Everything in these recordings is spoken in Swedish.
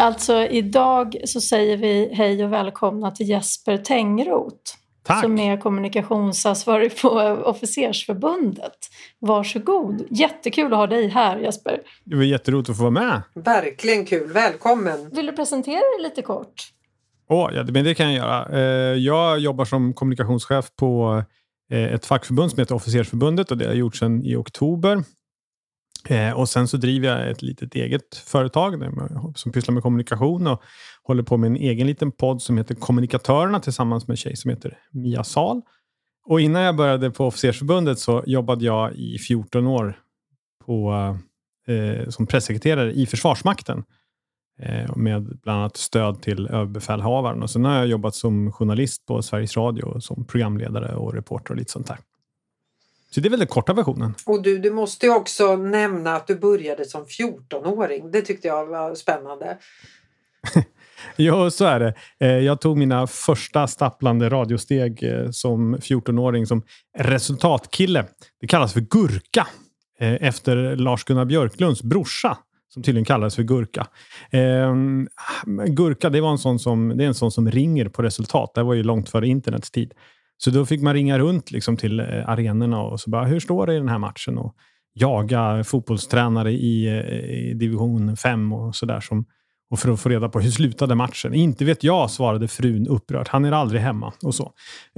Alltså idag så säger vi hej och välkomna till Jesper Tengroth. Tack. Som är kommunikationsansvarig på Officersförbundet. Varsågod. Jättekul att ha dig här, Jesper. Det var jätteroligt att få vara med. Verkligen kul. Välkommen. Vill du presentera dig lite kort? Ja, men det kan jag göra. Jag jobbar som kommunikationschef på ett fackförbund som heter Officersförbundet och det har jag gjort sedan i oktober. Och sen så driver jag ett litet eget företag som pysslar med kommunikation och håller på med en egen liten podd som heter Kommunikatörerna tillsammans med en tjej som heter Mia Sal. Och innan jag började på Officersförbundet så jobbade jag i 14 år som pressekreterare i Försvarsmakten. Med bland annat stöd till överbefälhavaren. Och sen har jag jobbat som journalist på Sveriges Radio som programledare och reporter och lite sånt där. Så det är väl den korta versionen. Och du måste ju också nämna att du började som 14-åring. Det tyckte jag var spännande. Ja, så är det. Jag tog mina första stapplande radiosteg som 14-åring som resultatkille. Det kallas för Gurka. Efter Lars-Gunnar Björklunds brorsa. Som tydligen kallades för Gurka. Gurka, det är en sån som ringer på resultat. Det var ju långt före internets tid. Så då fick man ringa runt liksom till arenorna och så bara, hur står det i den här matchen? Och jaga fotbollstränare i division 5 och sådär. Och för att få reda på hur slutade matchen. Inte vet jag, svarade frun upprört. Han är aldrig hemma och så.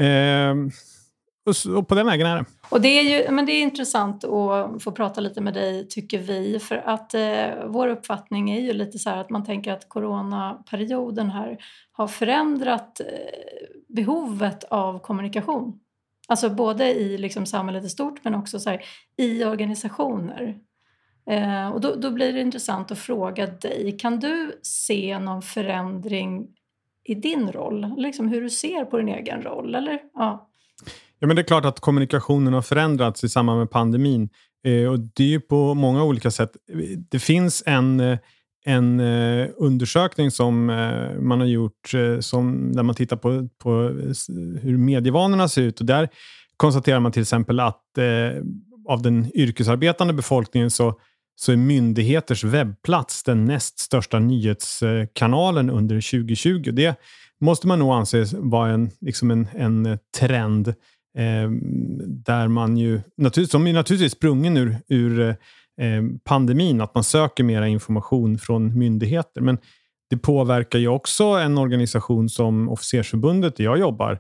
Och på den vägen är det. Och det är intressant att få prata lite med dig, tycker vi. För att vår uppfattning är ju lite så här att man tänker att coronaperioden här har förändrat behovet av kommunikation. Alltså både i liksom samhället i stort men också så här, i organisationer. Och då blir det intressant att fråga dig. Kan du se någon förändring i din roll? Liksom hur du ser på din egen roll? Eller? Ja. Ja, men det är klart att kommunikationen har förändrats i samband med pandemin. Och det är ju på många olika sätt. Det finns en undersökning som man har gjort där man tittar på hur medievanorna ser ut. Och där konstaterar man till exempel att av den yrkesarbetande befolkningen så är myndigheters webbplats den näst största nyhetskanalen under 2020. Det måste man nog anse vara en trend där man ju som är naturligtvis sprungen ur pandemin, att man söker mera information från myndigheter, men det påverkar ju också en organisation som Officersförbundet där jag jobbar,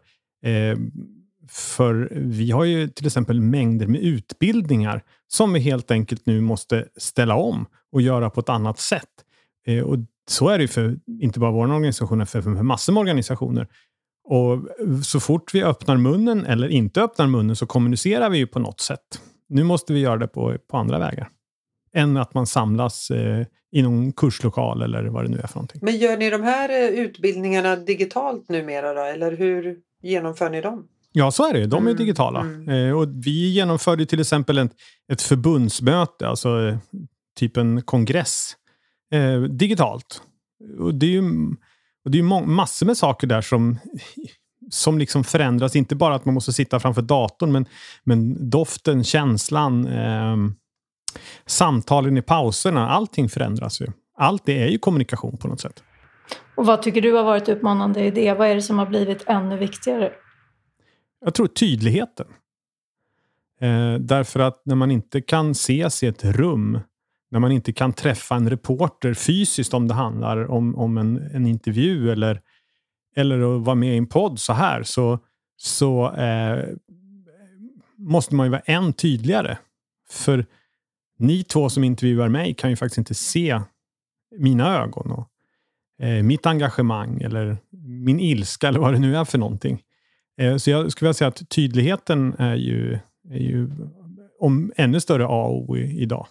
för vi har ju till exempel mängder med utbildningar som vi helt enkelt nu måste ställa om och göra på ett annat sätt, och så är det ju för inte bara vår organisation, för massor med organisationer. Och så fort vi öppnar munnen eller inte öppnar munnen så kommunicerar vi ju på något sätt. Nu måste vi göra det på andra vägar. Än att man samlas i någon kurslokal eller vad det nu är för någonting. Men gör ni de här utbildningarna digitalt numera då? Eller hur genomför ni dem? Ja, så är det. De är digitala. Och vi genomförde till exempel ett förbundsmöte, alltså typ en kongress, digitalt. Och det är ju massor med saker där som liksom förändras. Inte bara att man måste sitta framför datorn, men doften, känslan, samtalen i pauserna, allting förändras ju. Allt det är ju kommunikation på något sätt. Och vad tycker du har varit utmanande i det? Vad är det som har blivit ännu viktigare? Jag tror tydligheten. Därför att när man inte kan ses i ett rum, när man inte kan träffa en reporter fysiskt om det handlar om en intervju eller att vara med i en podd så här, så måste man ju vara än tydligare. För ni två som intervjuar mig kan ju faktiskt inte se mina ögon och mitt engagemang eller min ilska eller vad det nu är för någonting. Så jag skulle vilja säga att tydligheten är ju om ännu större A och O idag.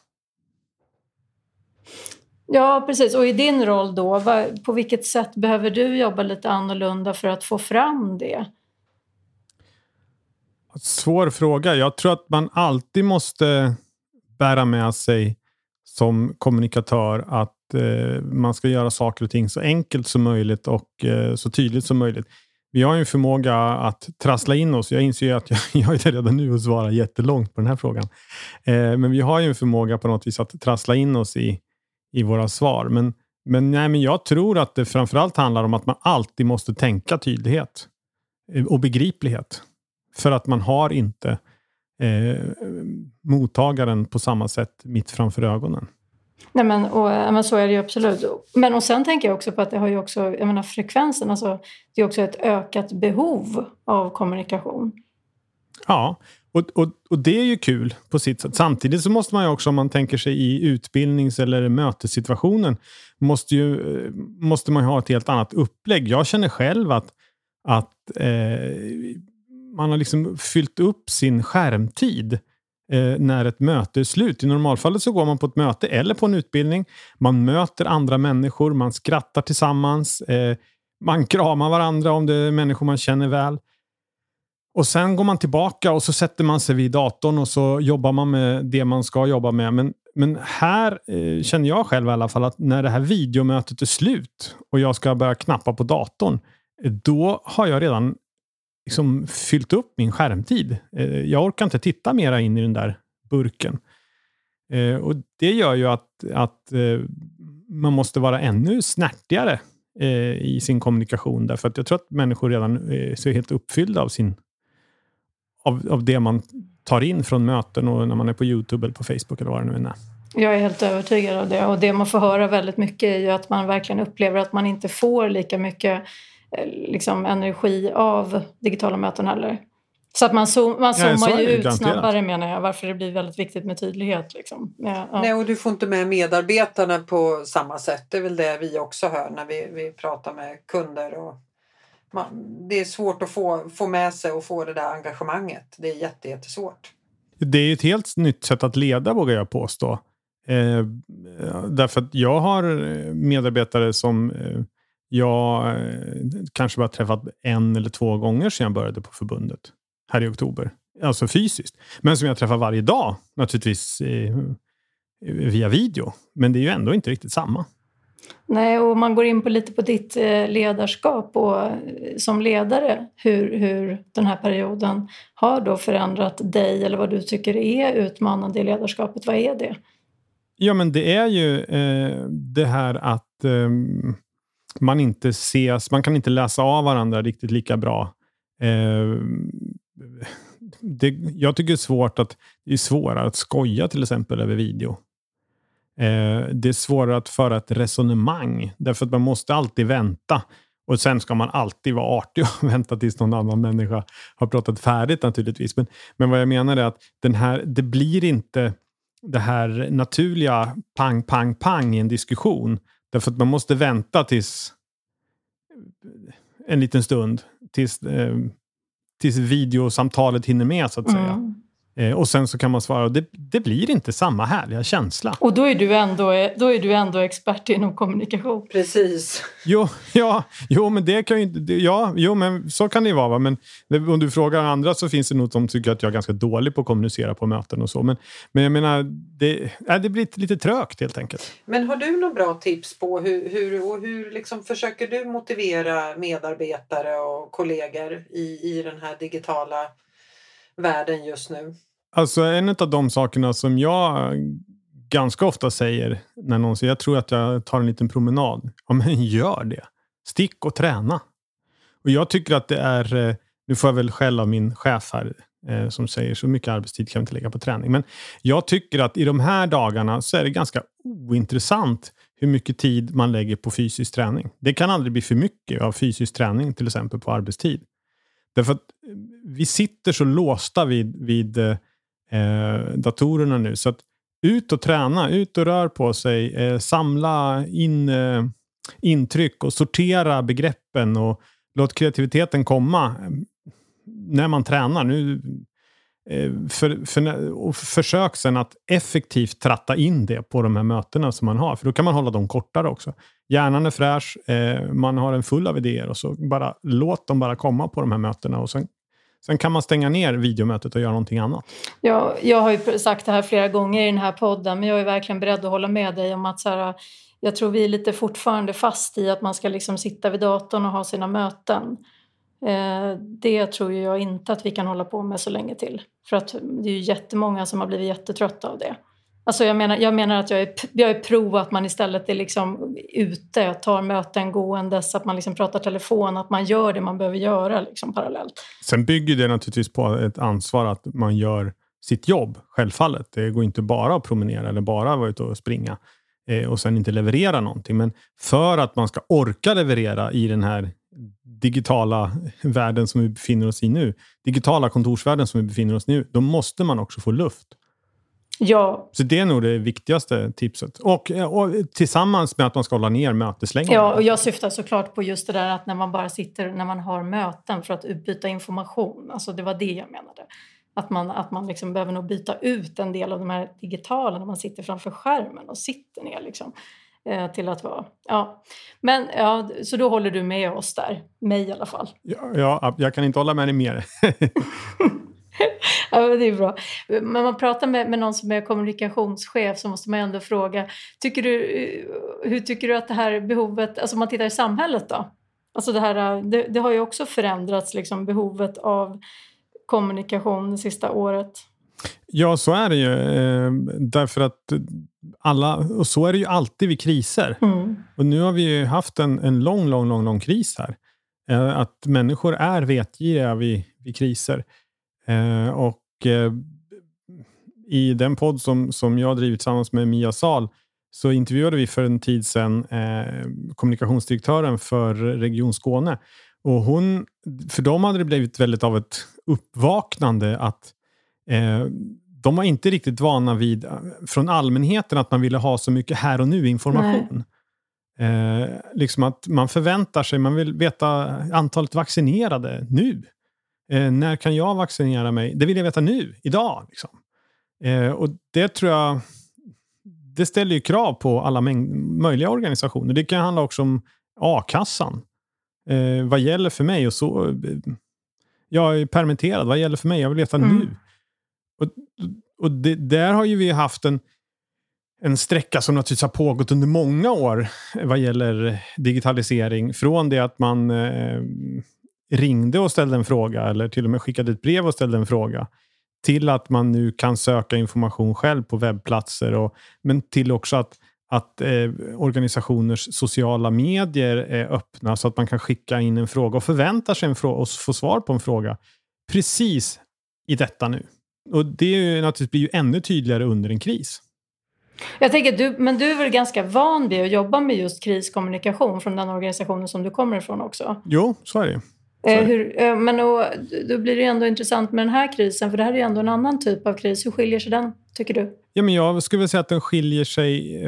Ja, precis. Och i din roll då, på vilket sätt behöver du jobba lite annorlunda för att få fram det? Svår fråga. Jag tror att man alltid måste bära med sig som kommunikatör att man ska göra saker och ting så enkelt som möjligt och så tydligt som möjligt. Vi har ju en förmåga att trassla in oss. Jag inser ju att jag är redan nu och svarar jättelångt på den här frågan. Men vi har ju en förmåga på något vis att trassla in oss i våra svar. Men jag tror att det framförallt handlar om att man alltid måste tänka tydlighet och begriplighet. För att man har inte mottagaren på samma sätt mitt framför ögonen. Nej, men så är det ju absolut. Men och sen tänker jag också på att det har ju också, jag menar frekvensen, alltså det är också ett ökat behov av kommunikation. Ja, och det är ju kul på sitt sätt. Samtidigt så måste man ju också, om man tänker sig i utbildnings- eller mötessituationen, måste man ha ett helt annat upplägg. Jag känner själv att man har liksom fyllt upp sin skärmtid när ett möte är slut. I normalfallet så går man på ett möte eller på en utbildning. Man möter andra människor, man skrattar tillsammans, man kramar varandra om det är människor man känner väl. Och sen går man tillbaka och så sätter man sig vid datorn och så jobbar man med det man ska jobba med. Men här känner jag själv i alla fall att när det här videomötet är slut och jag ska börja knappa på datorn, då har jag redan liksom fyllt upp min skärmtid. Jag orkar inte titta mera in i den där burken. Och det gör ju att man måste vara ännu snärtigare i sin kommunikation. Därför att jag tror att människor redan är så helt uppfyllda av det man tar in från möten och när man är på YouTube eller på Facebook eller vad det nu är. Jag är helt övertygad av det. Och det man får höra väldigt mycket är ju att man verkligen upplever att man inte får lika mycket liksom energi av digitala möten heller. Så att man zoomar ju ut snabbare, menar jag. Varför det blir väldigt viktigt med tydlighet. Liksom. Ja. Nej, och du får inte med medarbetarna på samma sätt. Det är väl det vi också hör när vi pratar med kunder. Och det är svårt att få med sig och få det där engagemanget. Det är jättesvårt. Det är ett helt nytt sätt att leda, vågar jag påstå. Därför att jag har medarbetare som jag kanske bara träffat 1 eller 2 gånger sedan jag började på förbundet här i oktober. Alltså fysiskt. Men som jag träffar varje dag naturligtvis via video. Men det är ju ändå inte riktigt samma. Nej, och man går in lite på ditt ledarskap och som ledare hur den här perioden har då förändrat dig eller vad du tycker är utmanande i ledarskapet. Vad är det? Ja, men det är ju det här att man inte ses, man kan inte läsa av varandra riktigt lika bra. Jag tycker det är svårare att skoja till exempel över video. Det är svårare att föra ett resonemang därför att man måste alltid vänta och sen ska man alltid vara artig och vänta tills någon annan människa har pratat färdigt naturligtvis. Men vad jag menar är att det blir inte det här naturliga pang i en diskussion därför att man måste vänta tills en liten stund tills videosamtalet hinner med så att säga. Och sen så kan man svara och det blir inte samma härliga känsla. Och då är du ändå expert inom kommunikation. Precis. Jo, men det kan ju inte men så kan det ju vara, va? Men om du frågar andra så finns det nog som tycker att jag är ganska dålig på att kommunicera på möten och så, men jag menar det blir lite trögt helt enkelt. Men har du några bra tips på hur liksom försöker du motivera medarbetare och kollegor i den här digitala världen just nu? Alltså en av de sakerna som jag ganska ofta säger när någon säger jag tror att jag tar en liten promenad. Ja, men gör det. Stick och träna. Och jag tycker att det är, nu får jag väl skäll av min chef här som säger så mycket arbetstid kan vi inte lägga på träning. Men jag tycker att i de här dagarna så är det ganska ointressant hur mycket tid man lägger på fysisk träning. Det kan aldrig bli för mycket av fysisk träning till exempel på arbetstid. Därför att vi sitter så låsta vid datorerna nu. Så att ut och träna, ut och rör på sig. Samla in intryck och sortera begreppen. Och låt kreativiteten komma när man tränar. Nu, och försök sen att effektivt tratta in det på de här mötena som man har. För då kan man hålla dem kortare också. Hjärnan är fräsch, man har en full av idéer och så låt dem bara komma på de här mötena och sen kan man stänga ner videomötet och göra någonting annat. Ja, jag har ju sagt det här flera gånger i den här podden men jag är verkligen beredd att hålla med dig om att så här, jag tror vi är lite fortfarande fast i att man ska liksom sitta vid datorn och ha sina möten. Det tror jag inte att vi kan hålla på med så länge till. För att det är ju jättemånga som har blivit jättetrötta av det. Alltså jag menar att jag är pro att man istället är liksom ute, tar möten gåendes, att man liksom pratar telefon, att man gör det man behöver göra liksom parallellt. Sen bygger det naturligtvis på ett ansvar att man gör sitt jobb, självfallet. Det går inte bara att promenera eller bara vara ute och springa och sen inte leverera någonting. Men för att man ska orka leverera i den här digitala världen som vi befinner oss i nu, digitala kontorsvärlden som vi befinner oss i nu, då måste man också få luft. Ja. Så det är nog det viktigaste tipset. Och tillsammans med att man ska hålla ner möteslängden. Ja, och jag syftar såklart på just det där att när man bara sitter, när man har möten för att utbyta information. Alltså det var det jag menade. Att man liksom behöver nog byta ut en del av de här digitala när man sitter framför skärmen och sitter ner liksom. Till att vara. Ja. Men ja, så då håller du med oss där. Mig i alla fall. Ja, jag kan inte hålla med dig mer. Ja, det är bra. Men man pratar med någon som är kommunikationschef så måste man ändå fråga, hur tycker du att det här behovet, alltså om man tittar i samhället då? Alltså det har ju också förändrats liksom, behovet av kommunikation det sista året. Ja, så är det ju. Därför att och så är det ju alltid vid kriser. Och nu har vi ju haft en lång kris här. Att människor är vetgiriga vid kriser. Och i den podd som jag har drivit tillsammans med Mia Sahl så intervjuade vi för en tid sedan kommunikationsdirektören för Region Skåne. Och för dem hade det blivit väldigt av ett uppvaknande att de var inte riktigt vana vid från allmänheten att man ville ha så mycket här och nu information. Liksom att man förväntar sig, man vill veta antalet vaccinerade nu. När kan jag vaccinera mig? Det vill jag veta nu, idag. Liksom. Och det tror jag, det ställer ju krav på alla möjliga organisationer. Det kan handla också om a-kassan. Vad gäller för mig? Och så, jag är permitterad, vad gäller för mig? Jag vill veta nu. Och där har ju vi haft en sträcka som naturligtvis har pågått under många år vad gäller digitalisering. Från det att man ringde och ställde en fråga eller till och med skickade ett brev och ställde en fråga till att man nu kan söka information själv på webbplatser men till också att organisationers sociala medier är öppna så att man kan skicka in en fråga och förvänta sig en fråga och få svar på en fråga precis i detta nu. Och det är ju naturligtvis blir ju ännu tydligare under en kris. Jag tänker, du är väl ganska van vid att jobba med just kriskommunikation från den organisationen som du kommer ifrån också? Jo, så är det. Men då blir det ändå intressant med den här krisen, för det här är ju ändå en annan typ av kris. Hur skiljer sig den, tycker du? Ja, men jag skulle väl säga att den skiljer sig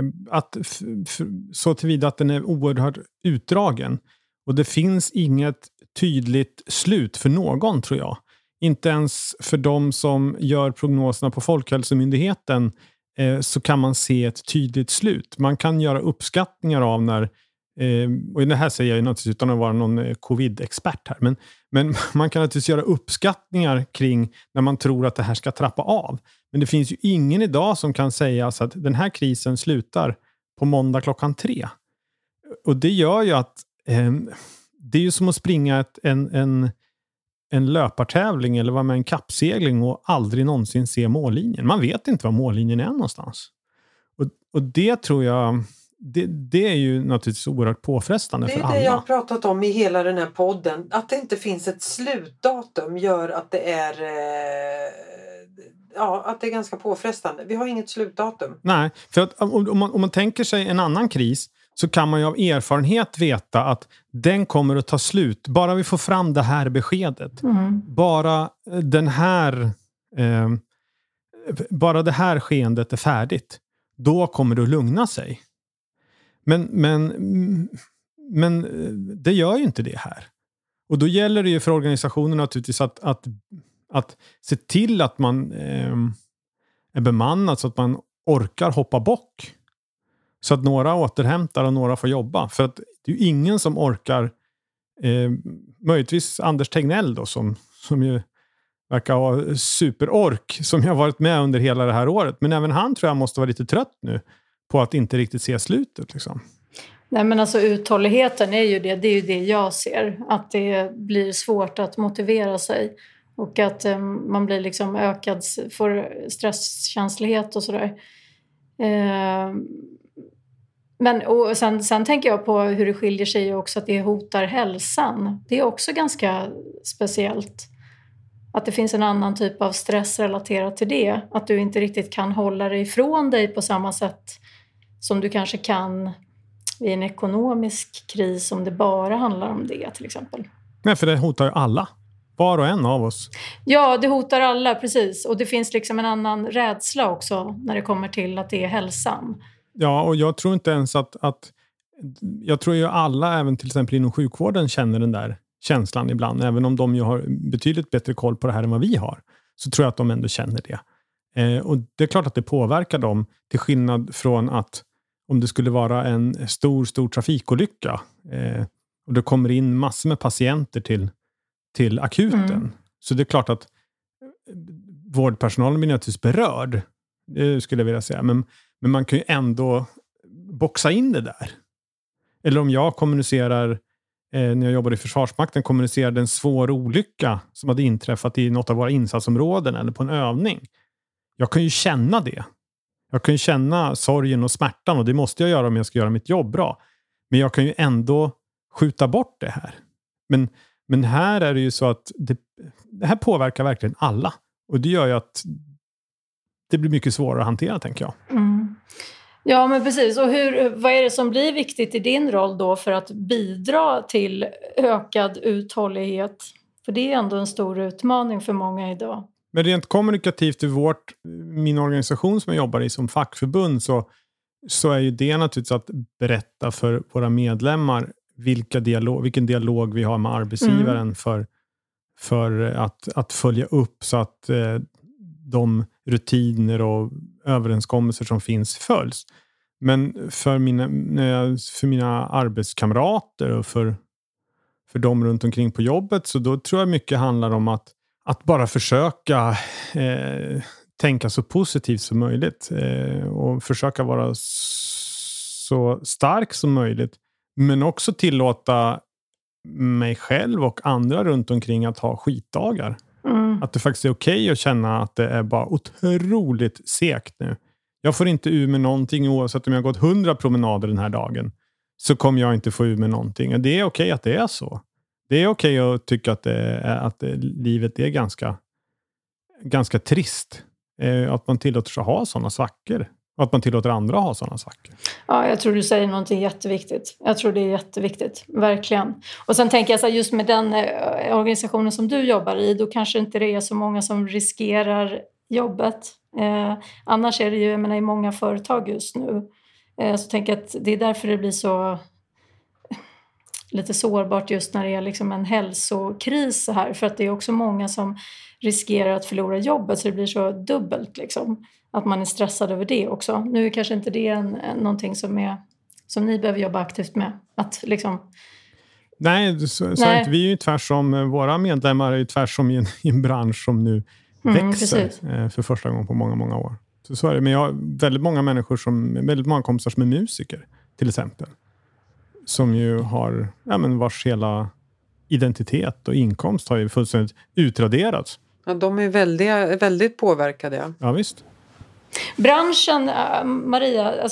så tillvida att den är oerhört utdragen. Och det finns inget tydligt slut för någon, tror jag. Inte ens för de som gör prognoserna på Folkhälsomyndigheten så kan man se ett tydligt slut. Man kan göra uppskattningar av när, och det här säger jag ju naturligtvis utan att vara någon covid-expert här, men man kan naturligtvis göra uppskattningar kring när man tror att det här ska trappa av. Men det finns ju ingen idag som kan säga så att den här krisen slutar på måndag 3:00. Och det gör ju att det är ju som att springa en löpartävling eller vara med en kappsegling och aldrig någonsin se mållinjen. Man vet inte var mållinjen är någonstans. Och det tror jag, det är ju naturligtvis oerhört påfrestande för alla. Det är det jag har pratat om i hela den här podden. Att det inte finns ett slutdatum gör att det är att det är ganska påfrestande. Vi har inget slutdatum. Nej, för att om man tänker sig en annan kris så kan man ju av erfarenhet veta att den kommer att ta slut. Bara vi får fram det här beskedet. Bara bara det här skeendet är färdigt. Då kommer det att lugna sig. Men det gör ju inte det här. Och då gäller det ju för organisationen naturligtvis att se till att man är bemannad så att man orkar hoppa bock. Så att några återhämtar och några får jobba. För att det är ju ingen som orkar, möjligtvis Anders Tegnell då, som ju verkar ha superork, som jag har varit med under hela det här året. Men även han tror jag måste vara lite trött nu på att inte riktigt se slutet liksom. Nej, men alltså uthålligheten är ju det är ju det jag ser. Att det blir svårt att motivera sig. Och att man blir liksom får stresskänslighet och sådär. Men och sen tänker jag på hur det skiljer sig också att det hotar hälsan. Det är också ganska speciellt. Att det finns en annan typ av stress relaterat till det. Att du inte riktigt kan hålla dig ifrån dig på samma sätt som du kanske kan i en ekonomisk kris om det bara handlar om det till exempel. Nej, för det hotar ju alla. Var och en av oss. Ja, det hotar alla, precis. Och det finns liksom en annan rädsla också när det kommer till att det är hälsan. Ja, och jag tror inte ens att jag tror ju alla, även till exempel inom sjukvården, känner den där känslan ibland. Även om de ju har betydligt bättre koll på det här än vad vi har. Så tror jag att de ändå känner det. Och det är klart att det påverkar dem, till skillnad från att om det skulle vara en stor trafikolycka och det kommer in massor med patienter till akuten. Så det är klart att vårdpersonalen blir naturligtvis berörd. Det skulle jag vilja säga. Men man kan ju ändå boxa in det där. Eller om jag kommunicerar, när jag jobbade i Försvarsmakten, kommunicerade en svår olycka som hade inträffat i något av våra insatsområden eller på en övning. Jag kan ju känna det. Jag kan ju känna sorgen och smärtan, och det måste jag göra om jag ska göra mitt jobb bra. Men jag kan ju ändå skjuta bort det här. Men här är det ju så att det här påverkar verkligen alla. Och det gör ju att det blir mycket svårare att hantera, tänker jag. Mm. Ja, men precis. Och vad är det som blir viktigt i din roll då för att bidra till ökad uthållighet? För det är ändå en stor utmaning för många idag. Men rent kommunikativt i min organisation som jag jobbar i som fackförbund, så är ju det naturligtvis att berätta för våra medlemmar vilken dialog vi har med arbetsgivaren för att följa upp så att de rutiner och överenskommelser som finns följs. Men för mina arbetskamrater och för dem runt omkring på jobbet, så då tror jag mycket handlar om att bara försöka tänka så positivt som möjligt och försöka vara så stark som möjligt, men också tillåta mig själv och andra runt omkring att ha skitdagar. Att det faktiskt är okej att känna att det är bara otroligt segt nu. Jag får inte ur med någonting, oavsett om jag har gått 100 promenader den här dagen, så kommer jag inte få ur med någonting. Och det är okej att det är så. Det är okej att tycka att livet är ganska trist. Att man tillåter sig att ha sådana svackor. Och att man tillåter andra att ha sådana svackor. Ja, jag tror du säger någonting jätteviktigt. Jag tror det är jätteviktigt, verkligen. Och sen tänker jag så här, just med den organisationen som du jobbar i, då kanske inte det är så många som riskerar jobbet. Annars är det ju, jag menar, i många företag just nu. Så tänker jag att det är därför det blir så lite sårbart just när det är liksom en hälsokris så här. För att det är också många som riskerar att förlora jobbet, så det blir så dubbelt liksom. Att man är stressad över det också. Nu är kanske inte det någonting som ni behöver jobba aktivt med. Att liksom... Nej, så inte. Vi är ju tvärsom, våra medlemmar är ju tvärsom i en bransch som nu växer för första gången på många, många år. Så är det. Men jag har väldigt många kompisar som är musiker, till exempel. Som ju har, vars hela identitet och inkomst har ju fullständigt utraderats. Ja, de är väldigt påverkade. Ja, visst. Branschen, Maria,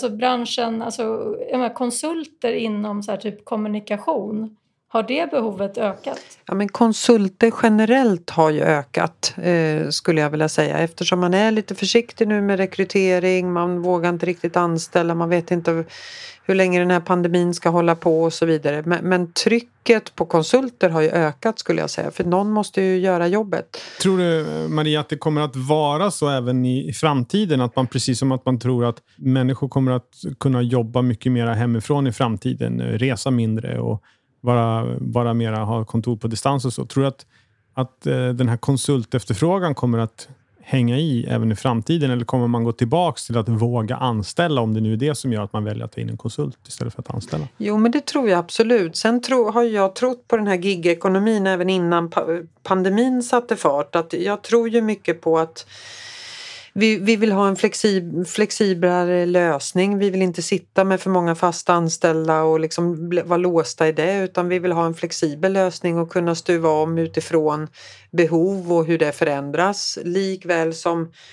konsulter inom så här typ kommunikation, har det behovet ökat? Ja, men konsulter generellt har ju ökat, skulle jag vilja säga. Eftersom man är lite försiktig nu med rekrytering, man vågar inte riktigt anställa, man vet inte hur länge den här pandemin ska hålla på och så vidare. Men trycket på konsulter har ju ökat, skulle jag säga. För någon måste ju göra jobbet. Tror du, Maria, att det kommer att vara så även i framtiden? Att man, precis som att man tror att människor kommer att kunna jobba mycket mer hemifrån i framtiden, resa mindre och bara mera ha kontor på distans och så. Tror du att den här konsultefterfrågan kommer att hänga i även i framtiden, eller kommer man gå tillbaka till att våga anställa, om det nu är det som gör att man väljer att ta in en konsult istället för att anställa? Jo, men det tror jag absolut. Sen har jag trott på den här gigekonomin även innan pandemin satte fart. Att jag tror ju mycket på att vi vill ha en flexiblare lösning. Vi vill inte sitta med för många fast anställda och liksom vara låsta i det, utan vi vill ha en flexibel lösning och kunna stuva om utifrån behov och hur det förändras. Likväl som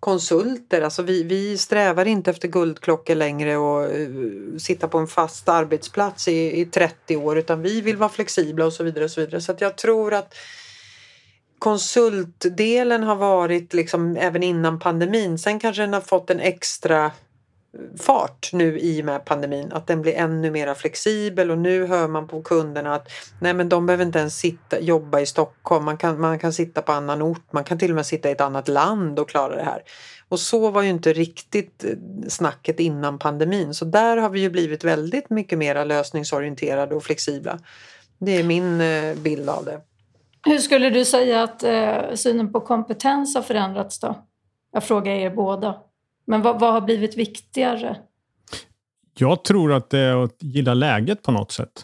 konsulter. Alltså vi strävar inte efter guldklockor längre och sitta på en fast arbetsplats i 30 år, utan vi vill vara flexibla och så vidare och så vidare. Så att jag tror att konsultdelen har varit liksom även innan pandemin. Sen kanske den har fått en extra fart nu i och med pandemin, att den blir ännu mer flexibel, och nu hör man på kunderna att nej, men de behöver inte ens jobba i Stockholm, man kan sitta på annan ort, man kan till och med sitta i ett annat land och klara det här. Och så var ju inte riktigt snacket innan pandemin, så där har vi ju blivit väldigt mycket mer lösningsorienterade och flexibla. Det är min bild av det. Hur skulle du säga att synen på kompetens har förändrats då? Jag frågar er båda. Men vad har blivit viktigare? Jag tror att det är att gilla läget på något sätt.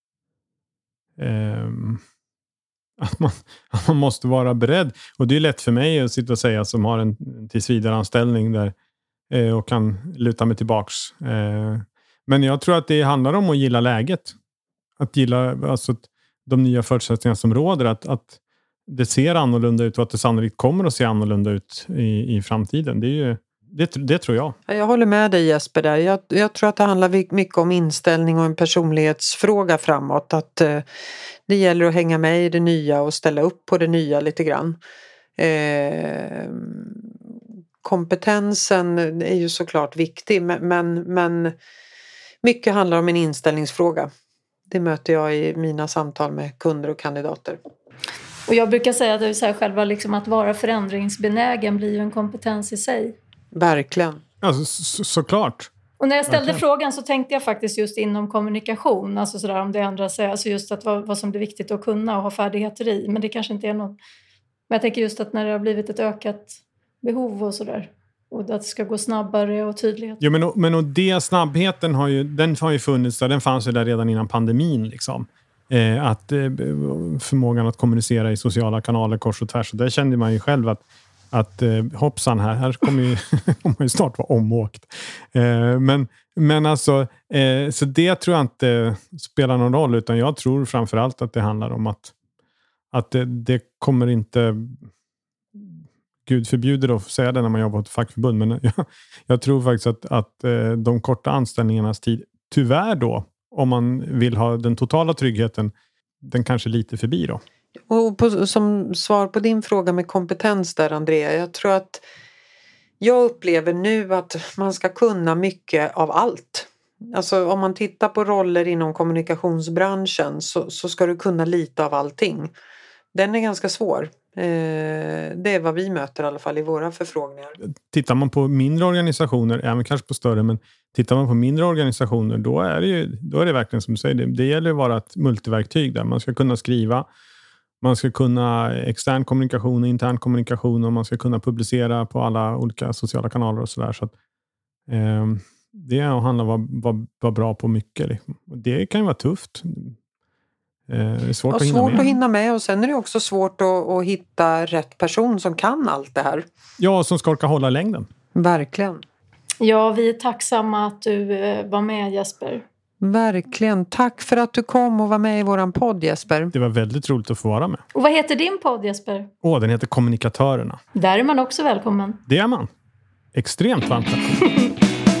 Att man måste vara beredd. Och det är lätt för mig att sitta och säga som har en tillsvidareanställning där och kan luta mig tillbaks. Men jag tror att det handlar om att gilla läget. Att gilla alltså, de nya förutsättningar som råder. Att det ser annorlunda ut och att det sannolikt kommer att se annorlunda ut i framtiden. Det är ju... Det tror jag. Jag håller med dig Jesper där. Jag tror att det handlar mycket om inställning och en personlighetsfråga framåt. Att det gäller att hänga med i det nya och ställa upp på det nya lite grann. Kompetensen är ju såklart viktig, men mycket handlar om en inställningsfråga. Det möter jag i mina samtal med kunder och kandidater. Och jag brukar säga att det är så här, själva liksom att vara förändringsbenägen blir ju en kompetens i sig. Verkligen. Alltså, såklart. Och när jag ställde frågan så tänkte jag faktiskt just inom kommunikation. Alltså sådär om det ändrar sig. Alltså just att vad som blir viktigt att kunna och ha färdigheter i. Men det kanske inte är något. Men jag tänker just att när det har blivit ett ökat behov och sådär. Och att det ska gå snabbare och tydlighet. Ja, men och det snabbheten har ju funnits där. Den fanns ju där redan innan pandemin liksom. Att förmågan att kommunicera i sociala kanaler kors och tvärs. Och där kände man ju själv att hoppsan här kommer ju snart vara omåkt. Men alltså, så det tror jag inte spelar någon roll, utan jag tror framförallt att det handlar om att det kommer inte, Gud förbjuder att säga det när man jobbar på ett fackförbund, men jag tror faktiskt att de korta anställningarnas tid, tyvärr då, om man vill ha den totala tryggheten, den kanske lite förbi då. Och som svar på din fråga med kompetens där, Andrea, jag tror att jag upplever nu att man ska kunna mycket av allt. Alltså om man tittar på roller inom kommunikationsbranschen så ska du kunna lite av allting. Den är ganska svår. Det är vad vi möter i alla fall i våra förfrågningar. Tittar man på mindre organisationer, även kanske på större, men tittar man på mindre organisationer, då är det verkligen som du säger, det gäller att vara ett multiverktyg där man ska kunna skriva, man ska kunna extern kommunikation och intern kommunikation, och man ska kunna publicera på alla olika sociala kanaler och sådär. Så att det handlar om att vara bra på mycket. Liksom. Det kan ju vara tufft. Det är svårt att hinna med. Och sen är det också svårt att hitta rätt person som kan allt det här. Ja, som ska orka hålla längden. Verkligen. Ja, vi är tacksamma att du var med, Jesper. Verkligen. Tack för att du kom och var med i våran podd, Jesper. Det var väldigt roligt att få vara med. Och vad heter din podd, Jesper? Den heter Kommunikatörerna. Där är man också välkommen. Det är man. Extremt varmt välkommen.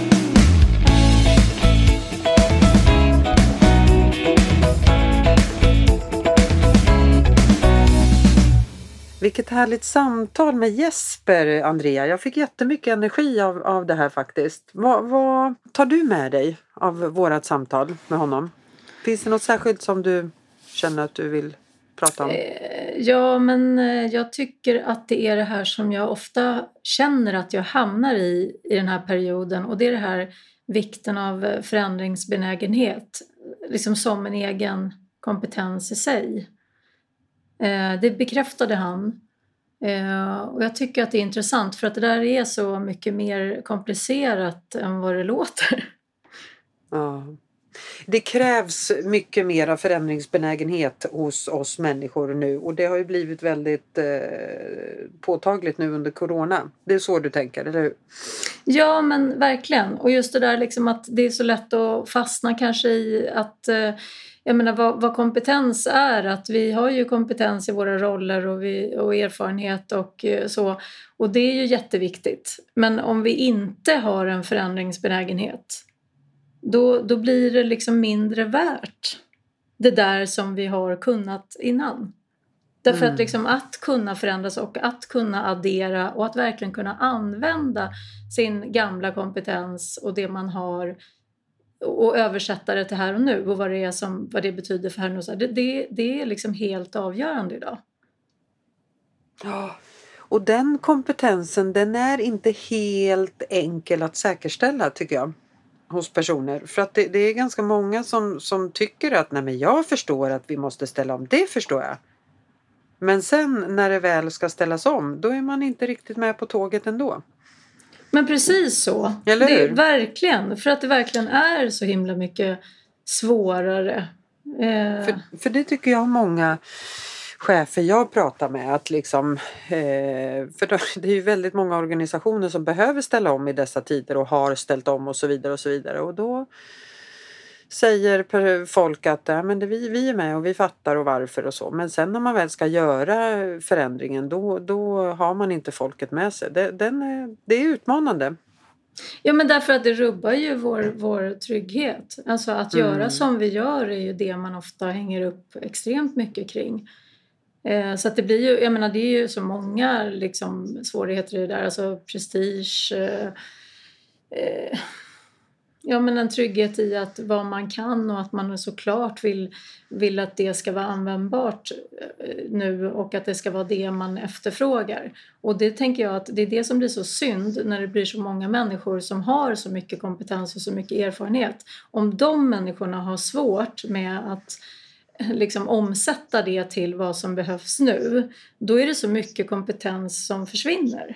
Vilket härligt samtal med Jesper, Andrea. Jag fick jättemycket energi av det här faktiskt. Vad tar du med dig av vårat samtal med honom? Finns det något särskilt som du känner att du vill prata om? Ja, men jag tycker att det är det här som jag ofta känner att jag hamnar i den här perioden. Och det är det här vikten av förändringsbenägenhet. Liksom som en egen kompetens i sig. Det bekräftade han. Och jag tycker att det är intressant för att det där är så mycket mer komplicerat än vad det låter. Ja. Det krävs mycket mer förändringsbenägenhet hos oss människor nu, och det har ju blivit väldigt påtagligt nu under corona. Det är så du tänker, eller hur? Ja, men verkligen. Och just det där liksom att det är så lätt att fastna kanske i att jag menar vad kompetens är. Att vi har ju kompetens i våra roller och erfarenhet och så. Och det är ju jätteviktigt. Men om vi inte har en förändringsbenägenhet, då blir det liksom mindre värt det där som vi har kunnat innan. Därför att liksom att kunna förändras och att kunna addera och att verkligen kunna använda sin gamla kompetens och det man har och översätta det till här och nu och vad det betyder för här och nu. Det är liksom helt avgörande idag. Ja, och den kompetensen, den är inte helt enkel att säkerställa, tycker jag, hos personer. För att det är ganska många som tycker att nej, men jag förstår att vi måste ställa om, det förstår jag. Men sen när det väl ska ställas om, då är man inte riktigt med på tåget ändå. Men precis så. Eller hur? Det, verkligen. För att det verkligen är så himla mycket svårare. För det tycker jag många chefer jag pratar med. Att liksom, för det är ju väldigt många organisationer som behöver ställa om i dessa tider och har ställt om och så vidare och så vidare. Och då säger folk att men vi är med och vi fattar och varför och så. Men sen när man väl ska göra förändringen då har man inte folket med sig. Det är utmanande. Ja, men därför att det rubbar ju vår trygghet. Alltså att göra som vi gör är ju det man ofta hänger upp extremt mycket kring. Så att det blir ju, jag menar det är ju så många liksom svårigheter i det där. Alltså prestige, ja, men en trygghet i att vad man kan och att man såklart vill att det ska vara användbart nu och att det ska vara det man efterfrågar. Och det tänker jag att det är det som blir så synd när det blir så många människor som har så mycket kompetens och så mycket erfarenhet. Om de människorna har svårt med att liksom omsätta det till vad som behövs nu, då är det så mycket kompetens som försvinner.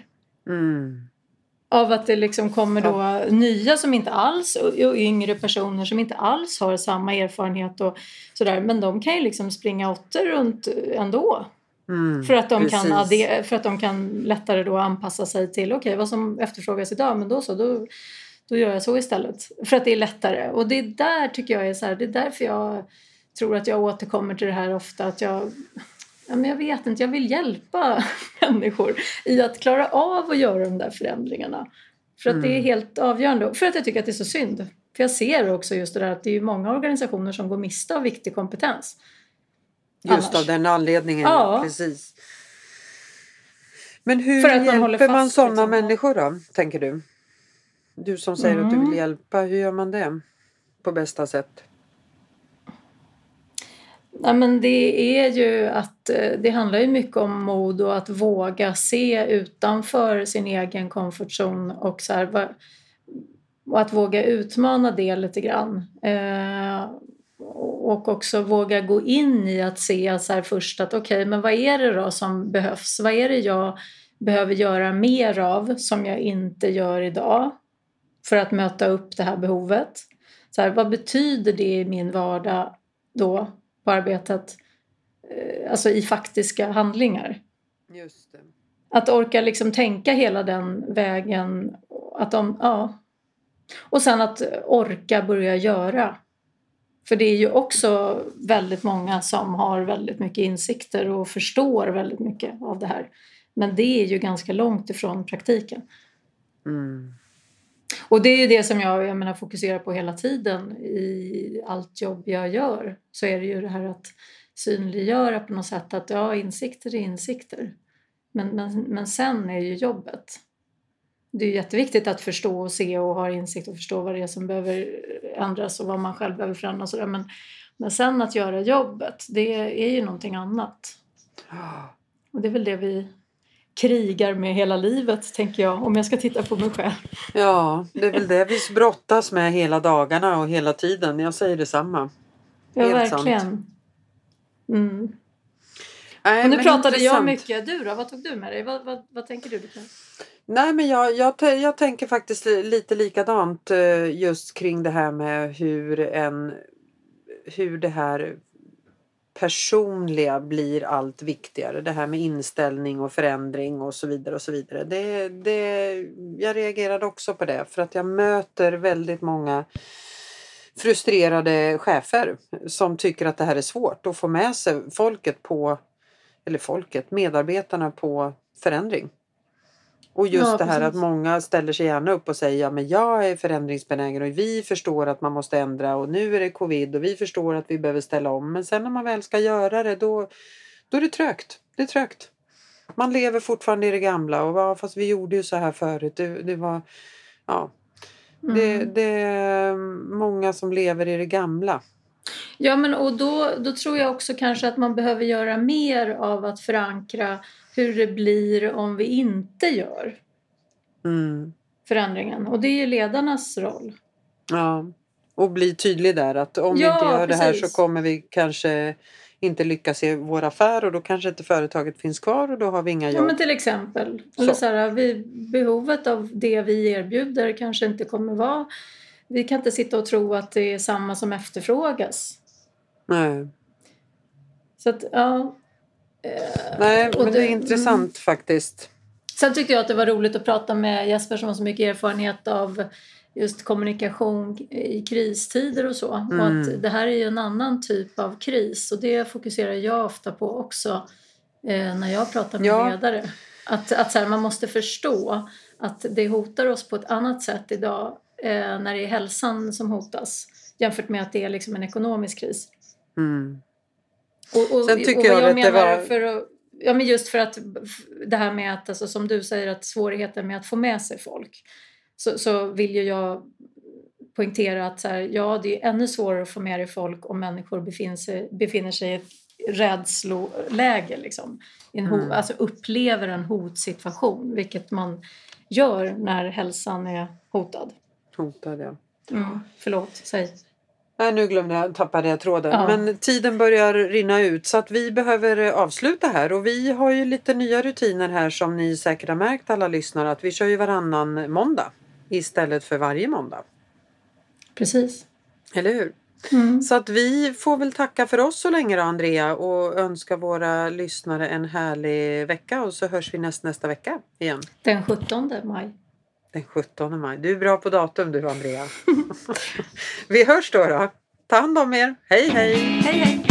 Av att det liksom kommer då nya som inte alls och yngre personer som inte alls har samma erfarenhet och sådär. Men de kan ju liksom springa åter runt ändå. För att de kan lättare då anpassa sig till vad som efterfrågas idag. Men då gör jag så istället. För att det är lättare. Och det där tycker jag är så här, det är därför jag tror att jag återkommer till det här ofta. Att jag vet inte, jag vill hjälpa människor i att klara av att göra de där förändringarna. För att det är helt avgörande. För att jag tycker att det är så synd. För jag ser också just det där att det är många organisationer som går miste av viktig kompetens. Just av den anledningen, precis. Men hur hjälper man sådana liksom människor då, tänker du? Du som säger att du vill hjälpa, hur gör man det på bästa sätt? Ja, men det är ju att det handlar ju mycket om mod och att våga se utanför sin egen komfortzon och så här, och att våga utmana det lite grann. Och också våga gå in i att se så här först att men vad är det då som behövs? Vad är det jag behöver göra mer av som jag inte gör idag för att möta upp det här behovet? Så här, vad betyder det i min vardag då på arbetet? Alltså i faktiska handlingar. Just det. Att orka liksom tänka hela den vägen. Och sen att orka börja göra. För det är ju också väldigt många som har väldigt mycket insikter och förstår väldigt mycket av det här. Men det är ju ganska långt ifrån praktiken. Och det är ju det som jag menar, fokuserar på hela tiden i allt jobb jag gör. Så är det ju det här att synliggöra på något sätt att insikter är insikter. Men sen är ju jobbet. Det är ju jätteviktigt att förstå och se och ha insikt och förstå vad det är som behöver ändras och vad man själv behöver förändra och sådär. Men sen att göra jobbet, det är ju någonting annat. Och det är väl det vi krigar med hela livet, tänker jag, om jag ska titta på mig själv. Ja, det är väl det vi brottas med hela dagarna och hela tiden. Jag säger detsamma. Ja, helt verkligen. Sant. Och nu pratade jag mycket. Du då? Vad tog du med dig? Vad tänker du? Nej, men jag tänker faktiskt lite likadant just kring det här med hur det här personliga blir allt viktigare. Det här med inställning och förändring och så vidare och så vidare. Jag reagerade också på det för att jag möter väldigt många frustrerade chefer som tycker att det här är svårt att få med sig medarbetarna på förändring. Och just det här att många ställer sig gärna upp och säger ja men jag är förändringsbenägen och vi förstår att man måste ändra och nu är det covid och vi förstår att vi behöver ställa om. Men sen när man väl ska göra det då är det trögt. Det är trögt. Man lever fortfarande i det gamla och fast vi gjorde ju så här förut. Det var, ja. Det är många som lever i det gamla. Ja, men och då tror jag också kanske att man behöver göra mer av att förankra hur det blir om vi inte gör förändringen. Och det är ju ledarnas roll. Ja, och bli tydlig där att om vi inte gör det här så kommer vi kanske inte lyckas i vår affär och då kanske inte företaget finns kvar och då har vi inga jobb. Ja, men till exempel. Eller så här, behovet av det vi erbjuder kanske inte kommer vara. Vi kan inte sitta och tro att det är samma som efterfrågas. Nej. Så att, ja. Nej, men det är intressant faktiskt. Sen tyckte jag att det var roligt att prata med Jesper som har så mycket erfarenhet av just kommunikation i kristider och så. Och att det här är ju en annan typ av kris och det fokuserar jag ofta på också när jag pratar med ledare. Att så här, man måste förstå att det hotar oss på ett annat sätt idag när det är hälsan som hotas jämfört med att det är liksom en ekonomisk kris. Sen tycker jag att det var... Ja, men just för att det här med att, alltså, som du säger, att svårigheten med att få med sig folk. Så vill ju jag poängtera att så här, ja, det är ännu svårare att få med dig folk om människor befinner sig i ett rädsloläge. Liksom. Alltså upplever en hotsituation, vilket man gör när hälsan är hotad. Hotad, ja. Förlåt, säg. Nej, nu tappade jag tråden. Ja. Men tiden börjar rinna ut så att vi behöver avsluta här. Och vi har ju lite nya rutiner här som ni säkert har märkt alla lyssnare. Att vi kör ju varannan måndag istället för varje måndag. Precis. Eller hur? Så att vi får väl tacka för oss så länge då, Andrea. Och önska våra lyssnare en härlig vecka. Och så hörs vi nästa vecka igen. Den 17 maj. Den 17 maj. Du är bra på datum du, Andrea. Vi hörs då. Ta hand om er. Hej, hej. Hej, hej.